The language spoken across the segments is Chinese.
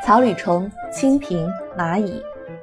草履虫、蜻蜓、蚂蚁。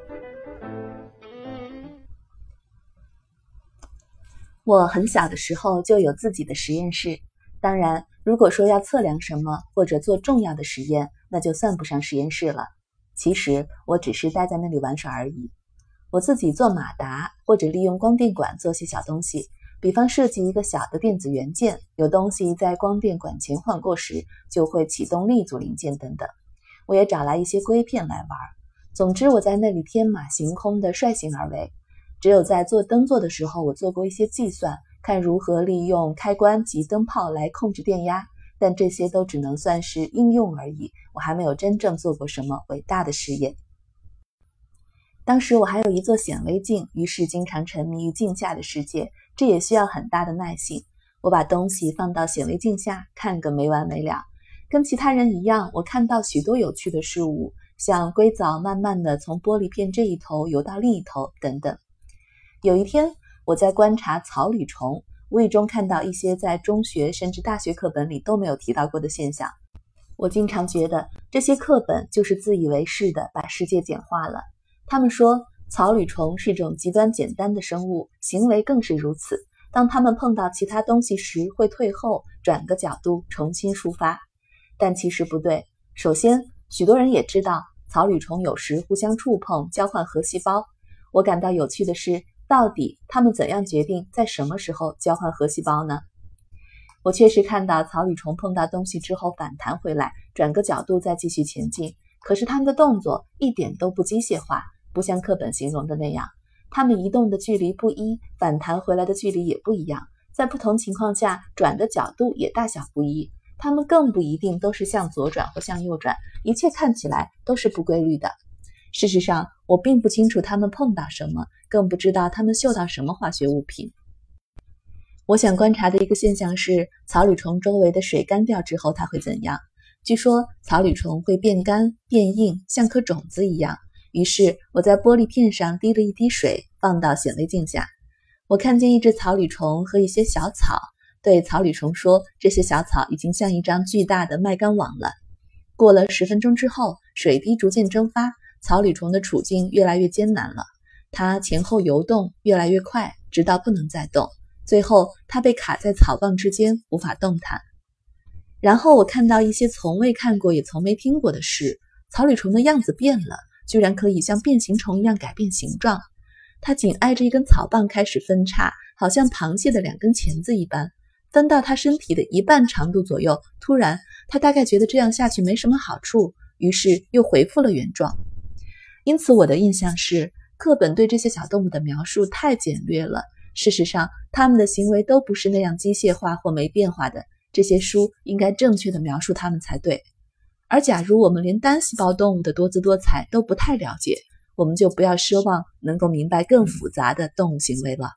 我很小的时候就有自己的实验室，当然，如果说要测量什么或者做重要的实验，那就算不上实验室了。其实我只是待在那里玩耍而已。我自己做马达，或者利用光电管做些小东西，比方设计一个小的电子元件，有东西在光电管前晃过时，就会启动另一组零件等等。我也找来一些硅片来玩。总之，我在那里天马行空的率性而为。只有在做灯座的时候，我做过一些计算，看如何利用开关及灯泡来控制电压，但这些都只能算是应用而已，我还没有真正做过什么伟大的实验。当时我还有一座显微镜，于是经常沉迷于镜下的世界，这也需要很大的耐性。我把东西放到显微镜下，看个没完没了。跟其他人一样，我看到许多有趣的事物，像硅藻慢慢地从玻璃片这一头游到另一头等等。有一天，我在观察草履虫，无意中看到一些在中学甚至大学课本里都没有提到过的现象。我经常觉得这些课本就是自以为是的把世界简化了。他们说草履虫是种极端简单的生物，行为更是如此。当它们碰到其他东西时，会退后，转个角度重新出发。但其实不对。首先，许多人也知道草履虫有时互相触碰，交换核细胞。我感到有趣的是，到底他们怎样决定在什么时候交换核细胞呢？我确实看到草履虫碰到东西之后反弹回来，转个角度再继续前进，可是他们的动作一点都不机械化，不像课本形容的那样。他们移动的距离不一，反弹回来的距离也不一样，在不同情况下转的角度也大小不一。他们更不一定都是向左转或向右转，一切看起来都是不规律的。事实上，我并不清楚他们碰到什么，更不知道他们嗅到什么化学物品。我想观察的一个现象是，草履虫周围的水干掉之后它会怎样。据说草履虫会变干变硬，像颗种子一样。于是我在玻璃片上滴了一滴水，放到显微镜下。我看见一只草履虫和一些小草，对草履虫说，这些小草已经像一张巨大的麦秆网了。过了10分钟之后，水滴逐渐蒸发，草履虫的处境越来越艰难了。它前后游动越来越快，直到不能再动，最后它被卡在草棒之间，无法动弹。然后我看到一些从未看过也从没听过的事，草履虫的样子变了，居然可以像变形虫一样改变形状。它紧挨着一根草棒开始分叉，好像螃蟹的2根钳子一般，分到它身体的一半长度左右。突然，它大概觉得这样下去没什么好处，于是又恢复了原状。因此我的印象是，课本对这些小动物的描述太简略了。事实上，它们的行为都不是那样机械化或没变化的，这些书应该正确的描述它们才对。而假如我们连单细胞动物的多姿多彩都不太了解，我们就不要奢望能够明白更复杂的动物行为了。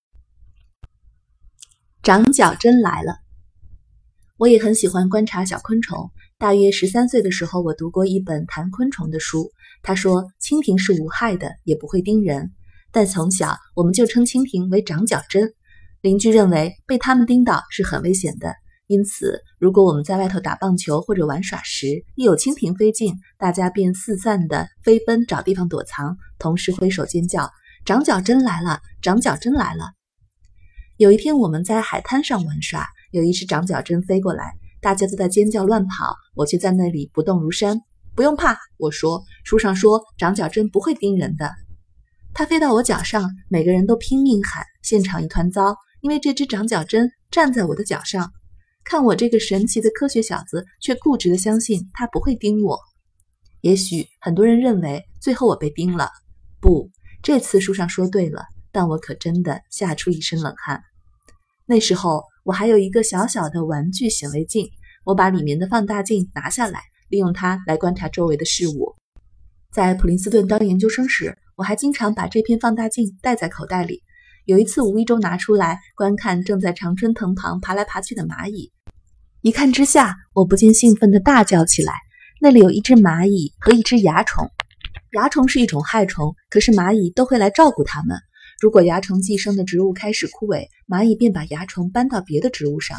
长脚针来了。我也很喜欢观察小昆虫。大约13岁的时候，我读过一本谈昆虫的书，他说蜻蜓是无害的，也不会叮人，但从小我们就称蜻蜓为长脚针。邻居认为被它们叮到是很危险的，因此如果我们在外头打棒球或者玩耍时，一有蜻蜓飞近，大家便四散的飞奔找地方躲藏，同时挥手尖叫，长脚针来了，长脚针来了。有一天我们在海滩上玩耍，有一只长脚针飞过来，大家都在尖叫乱跑，我却在那里不动如山。不用怕，我说，书上说长脚针不会叮人的。它飞到我脚上，每个人都拼命喊，现场一团糟，因为这只长脚针站在我的脚上。看我这个神奇的科学小子，却固执地相信它不会叮我。也许很多人认为最后我被叮了，不，这次书上说对了，但我可真的吓出一身冷汗。那时候我还有一个小小的玩具显微镜，我把里面的放大镜拿下来，利用它来观察周围的事物。在普林斯顿当研究生时，我还经常把这片放大镜带在口袋里。有一次无意中拿出来观看正在常春藤旁爬来爬去的蚂蚁，一看之下，我不禁兴奋地大叫起来。那里有一只蚂蚁和一只蚜虫。蚜虫是一种害虫，可是蚂蚁都会来照顾它们。如果蚜虫寄生的植物开始枯萎，蚂蚁便把蚜虫搬到别的植物上。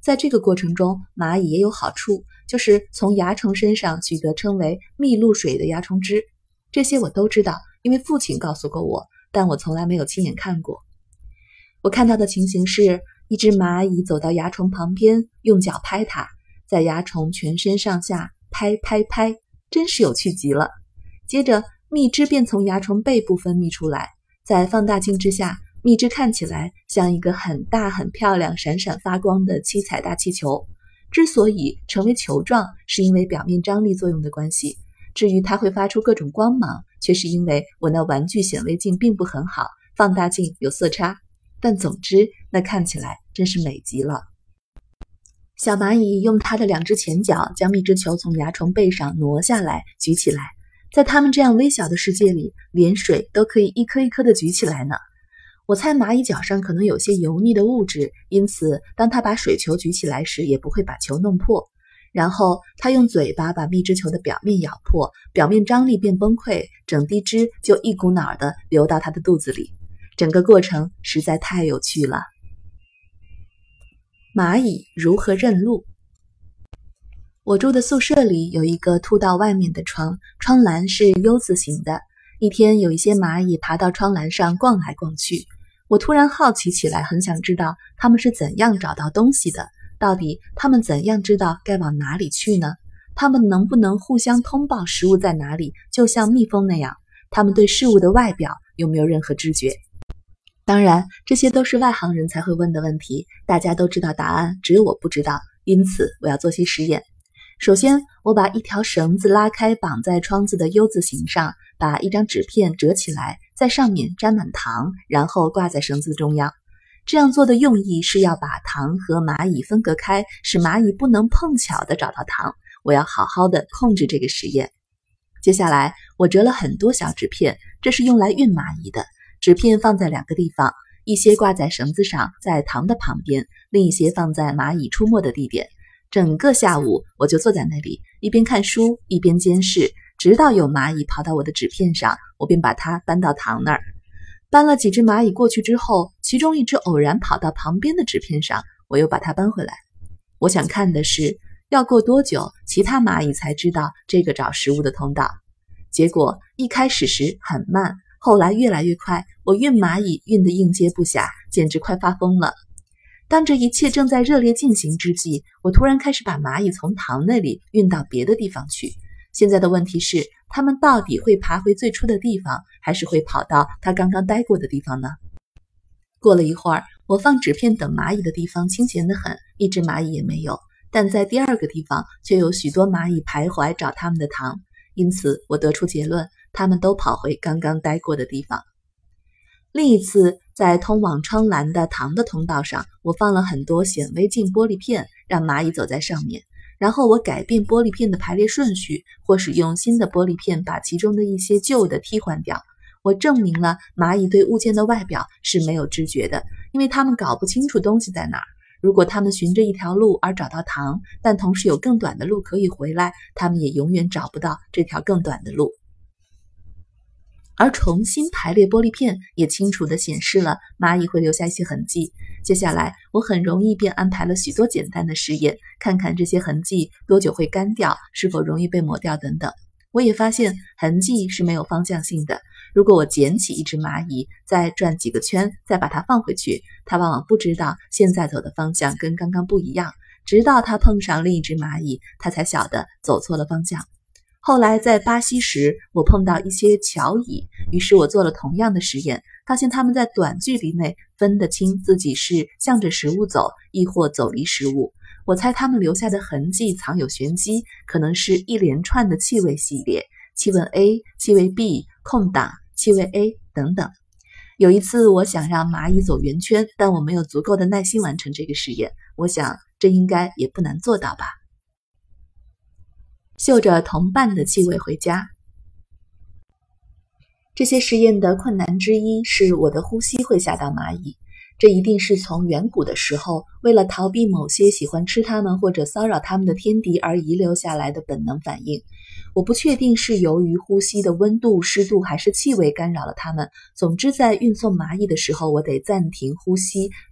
在这个过程中，蚂蚁也有好处，就是从蚜虫身上取得称为蜜露水的蚜虫汁。这些我都知道，因为父亲告诉过我，但我从来没有亲眼看过。我看到的情形是，一只蚂蚁走到蚜虫旁边，用脚拍它，在蚜虫全身上下拍拍拍，真是有趣极了。接着蜜汁便从蚜虫背部分泌出来，在放大镜之下，蜜汁看起来像一个很大很漂亮闪闪发光的七彩大气球。之所以成为球状，是因为表面张力作用的关系，至于它会发出各种光芒，却是因为我那玩具显微镜并不很好，放大镜有色差。但总之那看起来真是美极了。小蚂蚁用它的2只前脚将蜜汁球从蚜虫背上挪下来举起来，在它们这样微小的世界里，连水都可以一颗一颗的举起来呢。我猜蚂蚁脚上可能有些油腻的物质，因此当它把水球举起来时也不会把球弄破。然后它用嘴巴把蜜汁球的表面咬破，表面张力变崩溃，整滴汁就一股脑的流到它的肚子里。整个过程实在太有趣了。蚂蚁如何认路？我住的宿舍里有一个凸到外面的窗，窗栏是 U 字形的。一天有一些蚂蚁爬到窗栏上逛来逛去，我突然好奇起来，很想知道它们是怎样找到东西的，到底它们怎样知道该往哪里去呢？它们能不能互相通报食物在哪里，就像蜜蜂那样？它们对事物的外表有没有任何知觉？当然，这些都是外行人才会问的问题，大家都知道答案，只有我不知道，因此我要做些实验。首先，我把一条绳子拉开，绑在窗子的 U 字形上，把一张纸片折起来，在上面沾满糖，然后挂在绳子中央。这样做的用意是要把糖和蚂蚁分隔开，使蚂蚁不能碰巧地找到糖。我要好好的控制这个实验。接下来，我折了很多小纸片，这是用来运蚂蚁的。纸片放在2个地方，一些挂在绳子上，在糖的旁边，另一些放在蚂蚁出没的地点。整个下午我就坐在那里，一边看书一边监视，直到有蚂蚁跑到我的纸片上，我便把它搬到糖那儿。搬了几只蚂蚁过去之后，其中一只偶然跑到旁边的纸片上，我又把它搬回来。我想看的是，要过多久其他蚂蚁才知道这个找食物的通道。结果一开始时很慢，后来越来越快，我运蚂蚁运得应接不暇，简直快发疯了。当这一切正在热烈进行之际，我突然开始把蚂蚁从糖那里运到别的地方去。现在的问题是，它们到底会爬回最初的地方，还是会跑到它刚刚待过的地方呢？过了一会儿，我放纸片等蚂蚁的地方清闲得很，一只蚂蚁也没有，但在第2个地方却有许多蚂蚁徘徊找它们的糖，因此我得出结论，它们都跑回刚刚待过的地方。另一次，在通往窗栏的糖的通道上，我放了很多显微镜玻璃片，让蚂蚁走在上面。然后我改变玻璃片的排列顺序，或使用新的玻璃片把其中的一些旧的替换掉。我证明了蚂蚁对物件的外表是没有知觉的，因为它们搞不清楚东西在哪儿。如果它们循着一条路而找到糖，但同时有更短的路可以回来，它们也永远找不到这条更短的路。而重新排列玻璃片也清楚地显示了蚂蚁会留下一些痕迹。接下来我很容易便安排了许多简单的实验，看看这些痕迹多久会干掉，是否容易被抹掉等等。我也发现痕迹是没有方向性的，如果我捡起一只蚂蚁，再转几个圈，再把它放回去，它往往不知道现在走的方向跟刚刚不一样，直到它碰上另一只蚂蚁，它才晓得走错了方向。后来在巴西时，我碰到一些乔蚁，于是我做了同样的实验，发现它们在短距离内分得清自己是向着食物走，亦或走离食物。我猜它们留下的痕迹藏有玄机，可能是一连串的气味系列，气味 A、气味 B、空档、气味 A 等等。有一次我想让蚂蚁走圆圈，但我没有足够的耐心完成这个实验，我想这应该也不难做到吧。嗅着同伴的气味回家。这些实验的困难之一是我的呼吸会吓到蚂蚁，这一定是从远古的时候为了逃避某些喜欢吃它们或者骚扰它们的天敌而遗留下来的本能反应。我不确定是由于呼吸的温度、湿度还是气味干扰了它们。总之在运送蚂蚁的时候，我得暂停呼吸，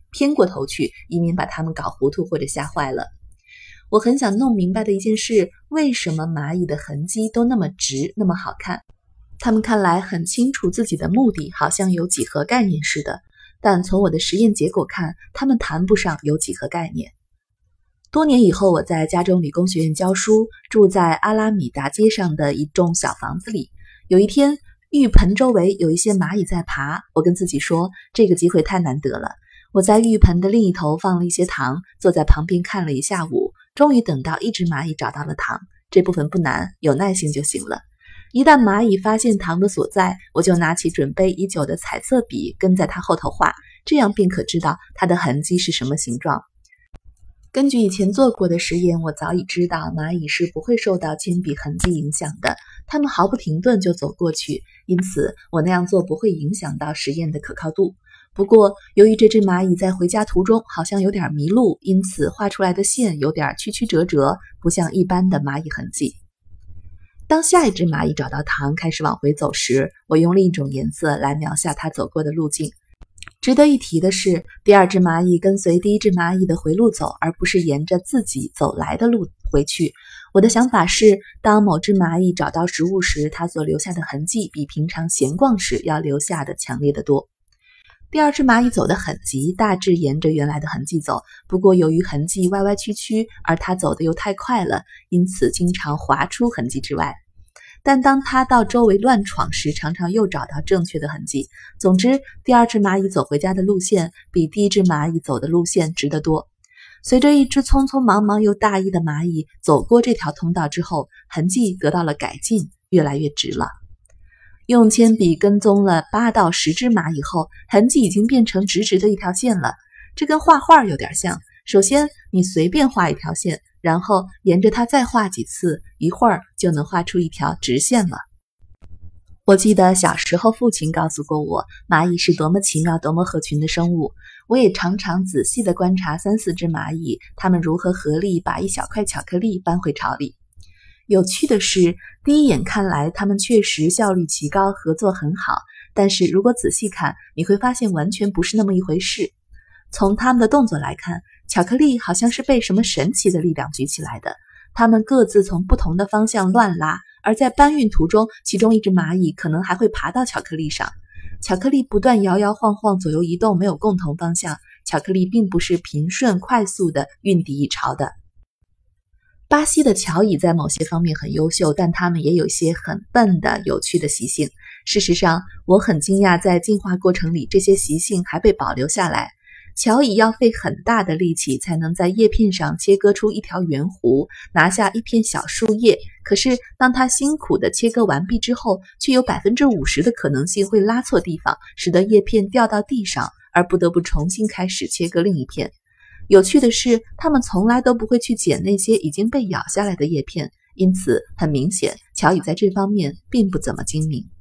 偏过头去，以免把它们搞糊涂或者吓坏了。我很想弄明白的一件事，为什么蚂蚁的痕迹都那么直，那么好看？它们看来很清楚自己的目的，好像有几何概念似的，但从我的实验结果看，它们谈不上有几何概念。多年以后，我在加州理工学院教书，住在阿拉米达街上的一栋小房子里。有一天，浴盆周围有一些蚂蚁在爬，我跟自己说，这个机会太难得了。我在浴盆的另一头放了一些糖，坐在旁边看了一下午，终于等到一只蚂蚁找到了糖。这部分不难，有耐心就行了。一旦蚂蚁发现糖的所在，我就拿起准备已久的彩色笔，跟在它后头画，这样便可知道它的痕迹是什么形状。根据以前做过的实验，我早已知道蚂蚁是不会受到铅笔痕迹影响的，它们毫不停顿就走过去，因此我那样做不会影响到实验的可靠度。不过，由于这只蚂蚁在回家途中好像有点迷路，因此画出来的线有点曲曲折折，不像一般的蚂蚁痕迹。当下一只蚂蚁找到糖开始往回走时，我用另一种颜色来描下它走过的路径。值得一提的是，第二只蚂蚁跟随第一只蚂蚁的回路走，而不是沿着自己走来的路回去。我的想法是，当某只蚂蚁找到食物时，它所留下的痕迹比平常闲逛时要留下的强烈得多。第二只蚂蚁走得很急，大致沿着原来的痕迹走，不过由于痕迹歪歪曲曲，而它走得又太快了，因此经常滑出痕迹之外。但当它到周围乱闯时，常常又找到正确的痕迹。总之，第二只蚂蚁走回家的路线比第一只蚂蚁走的路线直得多。随着一只匆匆忙忙又大意的蚂蚁走过这条通道之后，痕迹得到了改进，越来越直了。用铅笔跟踪了8到10只蚂蚁后，痕迹已经变成直直的一条线了。这跟画画有点像，首先你随便画一条线，然后沿着它再画几次，一会儿就能画出一条直线了。我记得小时候父亲告诉过我，蚂蚁是多么奇妙多么合群的生物。我也常常仔细地观察3、4只蚂蚁，它们如何合力把一小块巧克力搬回巢里。有趣的是，第一眼看来它们确实效率极高，合作很好，但是如果仔细看，你会发现完全不是那么一回事。从它们的动作来看，巧克力好像是被什么神奇的力量举起来的，它们各自从不同的方向乱拉，而在搬运途中，其中一只蚂蚁可能还会爬到巧克力上。巧克力不断摇摇晃晃，左右移动，没有共同方向。巧克力并不是平顺快速的运抵一巢的。巴西的乔蚁在某些方面很优秀，但它们也有一些很笨的有趣的习性。事实上，我很惊讶在进化过程里这些习性还被保留下来。乔蚁要费很大的力气才能在叶片上切割出一条圆弧，拿下一片小树叶，可是当它辛苦地切割完毕之后，却有50%的可能性会拉错地方，使得叶片掉到地上，而不得不重新开始切割另一片。有趣的是，它们从来都不会去捡那些已经被咬下来的叶片，因此很明显，乔蚁在这方面并不怎么精明。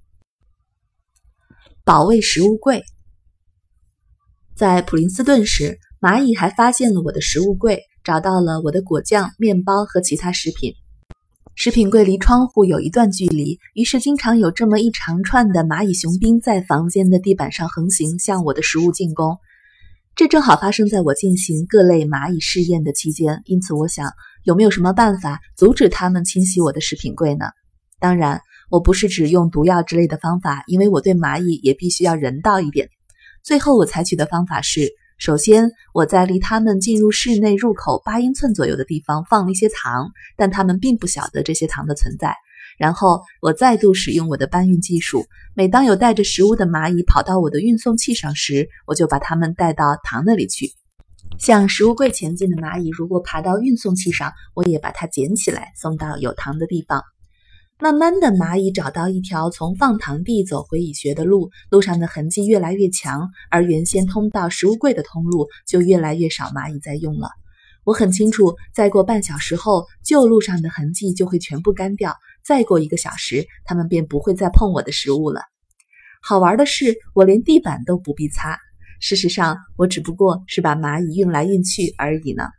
保卫食物柜。在普林斯顿时，蚂蚁还发现了我的食物柜，找到了我的果酱、面包和其他食品。食品柜离窗户有一段距离，于是经常有这么一长串的蚂蚁雄兵在房间的地板上横行，向我的食物进攻。这正好发生在我进行各类蚂蚁试验的期间，因此我想，有没有什么办法阻止它们侵袭我的食品柜呢？当然，我不是指用毒药之类的方法，因为我对蚂蚁也必须要人道一点。最后我采取的方法是，首先我在离它们进入室内入口8英寸左右的地方放了一些糖，但它们并不晓得这些糖的存在。然后我再度使用我的搬运技术，每当有带着食物的蚂蚁跑到我的运送器上时，我就把它们带到糖那里去。向食物柜前进的蚂蚁如果爬到运送器上，我也把它捡起来送到有糖的地方。慢慢的，蚂蚁找到一条从放糖地走回蚁穴的路，路上的痕迹越来越强，而原先通到食物柜的通路就越来越少蚂蚁在用了。我很清楚，再过半小时后，旧路上的痕迹就会全部干掉，再过1个小时，它们便不会再碰我的食物了。好玩的是，我连地板都不必擦。事实上，我只不过是把蚂蚁运来运去而已呢。